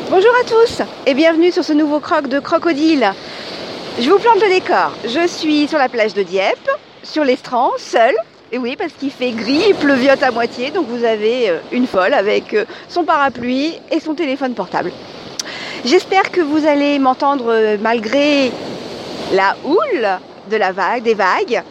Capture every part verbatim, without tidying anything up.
Bonjour à tous et bienvenue sur ce nouveau croc de crocodile. Je vous plante le décor. Je suis sur la plage de Dieppe, sur l'estran, seule. Et oui, parce qu'il fait gris, il pleuviote à moitié, donc vous avez une folle avec son parapluie et son téléphone portable. J'espère que vous allez m'entendre malgré la houle de la vague, des vagues.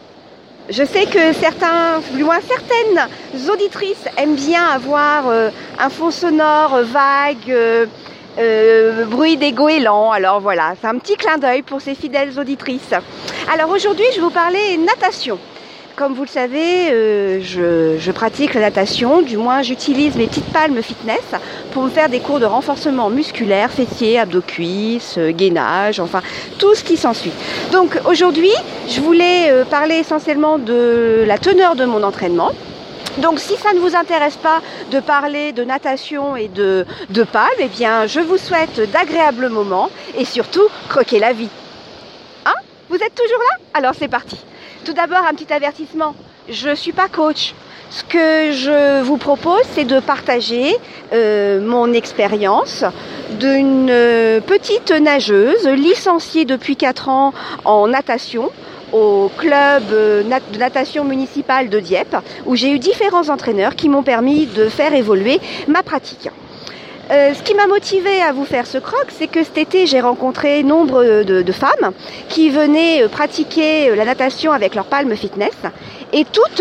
Je sais que certains, du moins certaines auditrices aiment bien avoir euh, un fond sonore vague, euh, euh, bruit des goélands. Alors voilà, c'est un petit clin d'œil pour ces fidèles auditrices. Alors aujourd'hui, je vais vous parler natation. Comme vous le savez, euh, je, je pratique la natation, du moins j'utilise mes petites palmes fitness pour me faire des cours de renforcement musculaire, fessiers, abdos, cuisses, gainage, enfin tout ce qui s'ensuit. Donc aujourd'hui, je voulais euh, parler essentiellement de la teneur de mon entraînement. Donc si ça ne vous intéresse pas de parler de natation et de, de palmes, eh bien je vous souhaite d'agréables moments et surtout croquez la vie. Hein? Vous êtes toujours là? Alors c'est parti. Tout d'abord, un petit avertissement. Je ne suis pas coach. Ce que je vous propose, c'est de partager euh, mon expérience d'une euh, petite nageuse licenciée depuis quatre ans en natation au club euh, nat- de natation municipal de Dieppe, où j'ai eu différents entraîneurs qui m'ont permis de faire évoluer ma pratique. Euh, ce qui m'a motivée à vous faire ce croc, c'est que cet été, j'ai rencontré nombre de, de femmes qui venaient pratiquer la natation avec leur palme fitness et toutes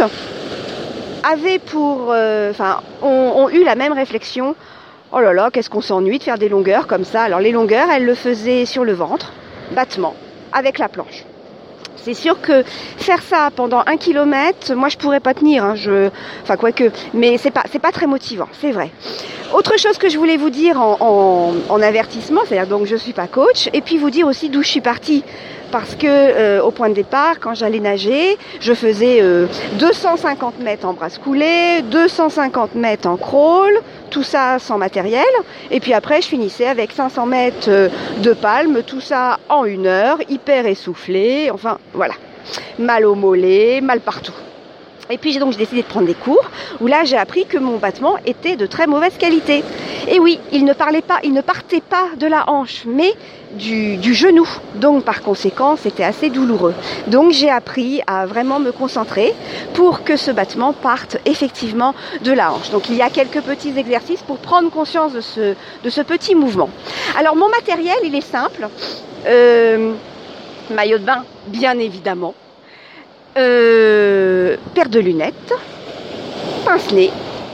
avaient pour, euh, enfin, ont, ont eu la même réflexion. Oh là là, qu'est-ce qu'on s'ennuie de faire des longueurs comme ça. Alors les longueurs, elles le faisaient sur le ventre, battement, avec la planche. C'est sûr que faire ça pendant un kilomètre, moi je pourrais pas tenir, hein, je, enfin quoique, mais c'est pas, c'est pas très motivant, c'est vrai. Autre chose que je voulais vous dire en, en, en avertissement, c'est-à-dire donc je suis pas coach, et puis vous dire aussi d'où je suis partie. Parce que euh, au point de départ, quand j'allais nager, je faisais euh, deux cent cinquante mètres en brasse coulée, deux cent cinquante mètres en crawl, tout ça sans matériel. Et puis après, je finissais avec cinq cents mètres euh, de palme, tout ça en une heure, hyper essoufflé. Enfin, voilà, mal au mollet, mal partout. Et puis j'ai donc décidé de prendre des cours où là j'ai appris que mon battement était de très mauvaise qualité. Et oui, il ne parlait pas, il ne partait pas de la hanche, mais du, du genou. Donc par conséquent, c'était assez douloureux. Donc j'ai appris à vraiment me concentrer pour que ce battement parte effectivement de la hanche. Donc il y a quelques petits exercices pour prendre conscience de ce, de ce petit mouvement. Alors mon matériel, il est simple. Euh, maillot de bain, bien évidemment. Euh, paire de lunettes, pince-nez,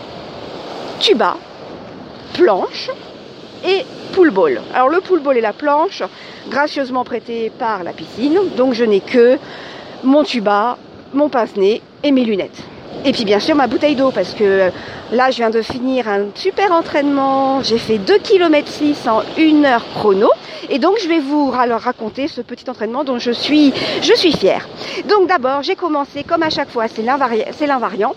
tuba, planche et pool ball. Alors le pool ball et la planche, gracieusement prêtés par la piscine, donc je n'ai que mon tuba, mon pince-nez et mes lunettes. Et puis bien sûr ma bouteille d'eau, parce que là je viens de finir un super entraînement, j'ai fait deux virgule six kilomètres en une heure chrono. Et donc je vais vous raconter ce petit entraînement dont je suis, je suis fière. Donc d'abord j'ai commencé comme à chaque fois, c'est l'invariant, c'est l'invariant.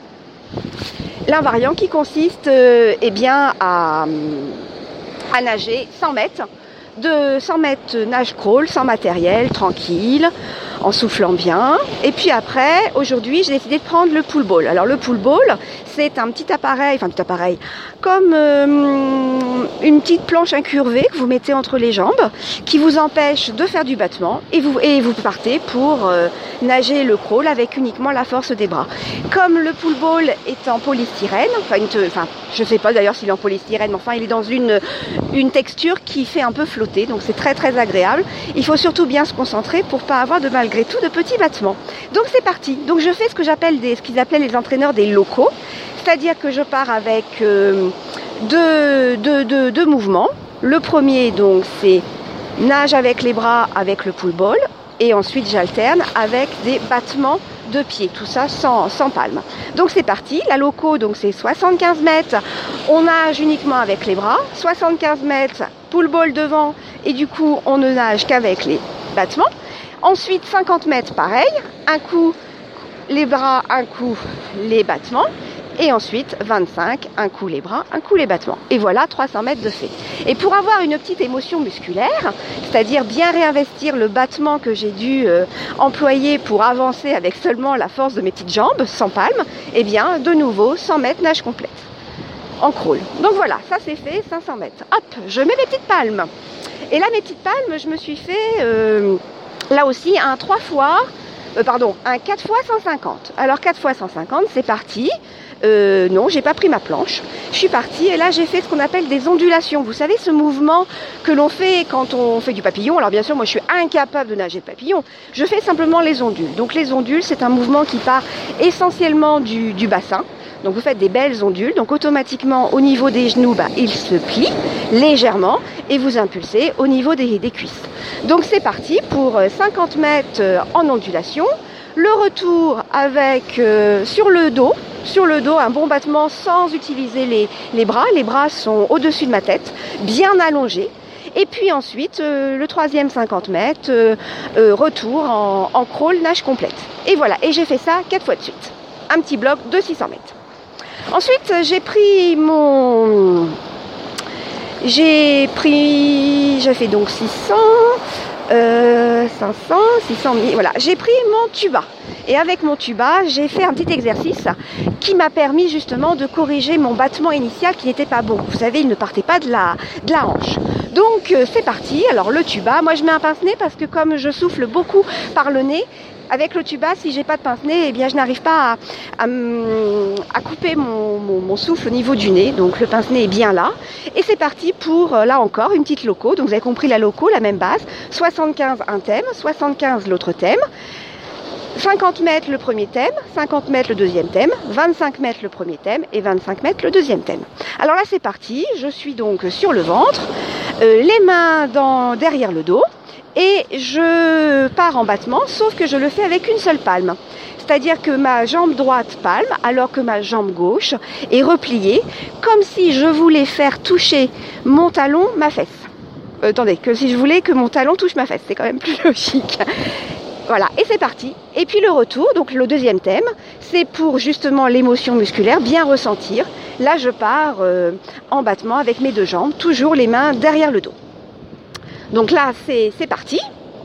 L'invariant qui consiste euh, eh bien, à, à nager cent mètres. De cent mètres nage crawl, sans matériel, tranquille, en soufflant bien. Et puis après, aujourd'hui, j'ai décidé de prendre le pool ball. Alors le pool ball, c'est un petit appareil, enfin un petit appareil, comme euh, une petite planche incurvée que vous mettez entre les jambes, qui vous empêche de faire du battement, et vous, et vous partez pour euh, nager le crawl avec uniquement la force des bras. Comme le pool ball est en polystyrène, enfin, une, enfin je ne sais pas d'ailleurs s'il est en polystyrène, mais enfin il est dans une, une texture qui fait un peu flotter, donc c'est très très agréable. Il faut surtout bien se concentrer pour pas avoir de malgré tout de petits battements. Donc c'est parti. Donc je fais ce que j'appelle des, ce qu'ils appelaient les entraîneurs des locaux, c'est-à-dire que je pars avec euh, deux, deux, deux, deux mouvements. Le premier donc c'est nage avec les bras avec le pool ball, et ensuite j'alterne avec des battements de pieds, tout ça sans, sans palme. Donc c'est parti, la loco donc c'est soixante-quinze mètres, on nage uniquement avec les bras, soixante-quinze mètres, pool ball devant, et du coup on ne nage qu'avec les battements. Ensuite cinquante mètres pareil, un coup les bras, un coup les battements. Et ensuite vingt-cinq, un coup les bras, un coup les battements. Et voilà trois cents mètres de fait. Et pour avoir une petite émotion musculaire, c'est-à-dire bien réinvestir le battement que j'ai dû euh, employer pour avancer avec seulement la force de mes petites jambes, sans palme, eh bien de nouveau cent mètres nage complète. en crawl. Donc voilà, ça c'est fait, cinq cents mètres. Hop, je mets mes petites palmes. Et là, mes petites palmes, je me suis fait, euh, là aussi, un trois fois, euh, pardon, un quatre fois cent cinquante. Alors quatre fois cent cinquante, c'est parti. Euh, non, j'ai pas pris ma planche. Je suis partie et là, j'ai fait ce qu'on appelle des ondulations. Vous savez, ce mouvement que l'on fait quand on fait du papillon. Alors bien sûr, moi, je suis incapable de nager de papillon. Je fais simplement les ondules. Donc les ondules, c'est un mouvement qui part essentiellement du, du bassin. Donc vous faites des belles ondules, donc automatiquement au niveau des genoux, bah, ils se plient légèrement et vous impulsez au niveau des, des cuisses. Donc c'est parti pour cinquante mètres en ondulation. Le retour avec euh, sur le dos, sur le dos un bon battement sans utiliser les, les bras. Les bras sont au-dessus de ma tête, bien allongés. Et puis ensuite, euh, le troisième cinquante mètres, euh, euh, retour en, en crawl, nage complète. Et voilà, et j'ai fait ça quatre fois de suite. Un petit bloc de six cents mètres. Ensuite, j'ai pris mon... J'ai pris... J'ai fait donc six cents, euh, cinq cents, six cents, voilà. J'ai pris mon tuba. Et avec mon tuba, j'ai fait un petit exercice qui m'a permis justement de corriger mon battement initial qui n'était pas bon. Vous savez, il ne partait pas de la, de la hanche. Donc, euh, c'est parti. Alors, le tuba, moi, je mets un pince-nez parce que comme je souffle beaucoup par le nez, avec le tuba, si j'ai pas de pince-nez, eh bien je n'arrive pas à, à, à couper mon, mon, mon souffle au niveau du nez. Donc le pince-nez est bien là. Et c'est parti pour, là encore, une petite loco. Donc vous avez compris la loco, la même base. soixante-quinze un thème, soixante-quinze l'autre thème. cinquante mètres le premier thème, cinquante mètres le deuxième thème, vingt-cinq mètres le premier thème et vingt-cinq mètres le deuxième thème. Alors là c'est parti, je suis donc sur le ventre, euh, les mains dans, derrière le dos. Et je pars en battement, sauf que je le fais avec une seule palme. C'est-à-dire que ma jambe droite palme, alors que ma jambe gauche est repliée, comme si je voulais faire toucher mon talon, ma fesse. Euh, attendez, que si je voulais que mon talon touche ma fesse, c'est quand même plus logique. Voilà, et c'est parti. Et puis le retour, donc le deuxième thème, c'est pour justement l'émotion musculaire, bien ressentir. Là, je pars euh, en battement avec mes deux jambes, toujours les mains derrière le dos. Donc là, c'est, c'est parti.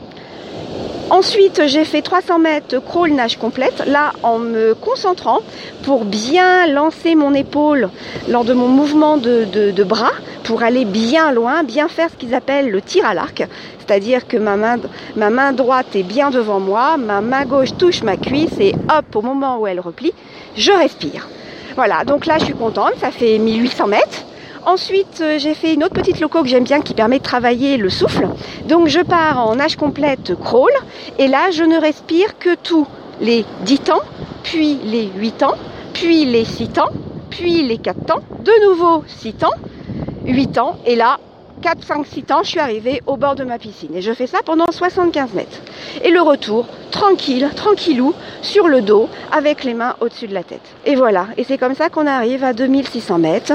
Ensuite, j'ai fait trois cents mètres crawl nage complète, là en me concentrant pour bien lancer mon épaule lors de mon mouvement de, de, de bras, pour aller bien loin, bien faire ce qu'ils appellent le tir à l'arc. C'est-à-dire que ma main, ma main droite est bien devant moi, ma main gauche touche ma cuisse et hop, au moment où elle replie, je respire. Voilà, donc là je suis contente, ça fait mille huit cents mètres. Ensuite, j'ai fait une autre petite loco que j'aime bien qui permet de travailler le souffle. Donc, je pars en nage complète crawl. Et là, je ne respire que tous les dix temps, puis les huit temps, puis les six temps, puis les quatre temps. De nouveau six temps, huit temps. Et là, quatre, cinq, six temps, je suis arrivée au bord de ma piscine. Et je fais ça pendant soixante-quinze mètres. Et le retour, tranquille, tranquillou, sur le dos, avec les mains au-dessus de la tête. Et voilà. Et c'est comme ça qu'on arrive à deux mille six cents mètres.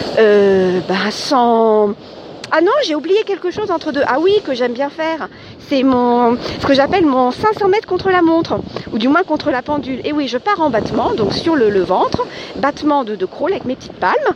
Euh, bah, sans... Ah non, j'ai oublié quelque chose entre deux. Ah oui, que j'aime bien faire. C'est mon, ce que j'appelle mon cinq cents mètres contre la montre. Ou du moins contre la pendule. Et oui, je pars en battement, donc sur le, le ventre. Battement de, de crawl avec mes petites palmes.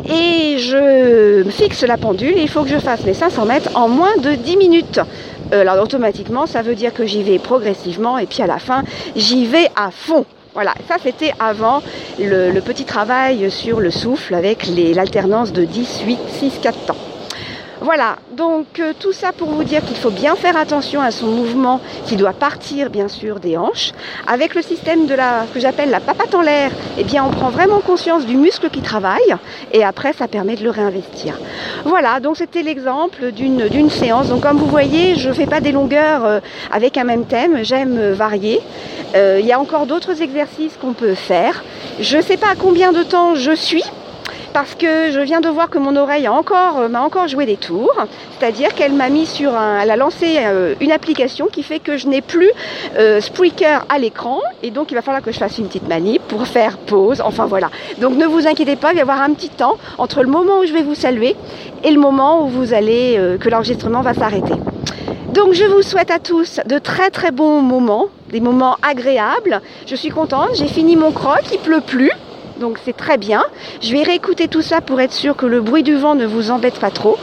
Et je fixe la pendule. Et il faut que je fasse mes cinq cents mètres en moins de dix minutes. Euh, alors automatiquement, ça veut dire que j'y vais progressivement. Et puis à la fin, j'y vais à fond. Voilà, ça c'était avant le, le petit travail sur le souffle avec les, l'alternance de dix, huit, six, quatre temps. Voilà, donc euh, tout ça pour vous dire qu'il faut bien faire attention à son mouvement qui doit partir bien sûr des hanches. Avec le système de la, que j'appelle la papate en l'air, eh bien on prend vraiment conscience du muscle qui travaille et après ça permet de le réinvestir. Voilà, donc c'était l'exemple d'une, d'une séance. Donc comme vous voyez, je ne fais pas des longueurs euh, avec un même thème, j'aime euh, varier. Euh, il y a encore d'autres exercices qu'on peut faire. Je ne sais pas à combien de temps je suis. Parce que je viens de voir que mon oreille a encore, m'a encore joué des tours, c'est-à-dire qu'elle m'a mis sur un, elle a lancé euh, une application qui fait que je n'ai plus euh, Spreaker à l'écran et donc il va falloir que je fasse une petite manip pour faire pause, enfin voilà. Donc ne vous inquiétez pas, il va y avoir un petit temps entre le moment où je vais vous saluer et le moment où vous allez, euh, que l'enregistrement va s'arrêter. Donc je vous souhaite à tous de très très bons moments, des moments agréables. Je suis contente, j'ai fini mon croc, il pleut plus. Donc c'est très bien. Je vais réécouter tout ça pour être sûr que le bruit du vent ne vous embête pas trop.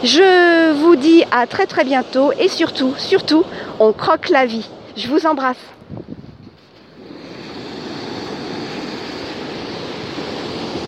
Je vous dis à très très bientôt et surtout, surtout, on croque la vie. Je vous embrasse.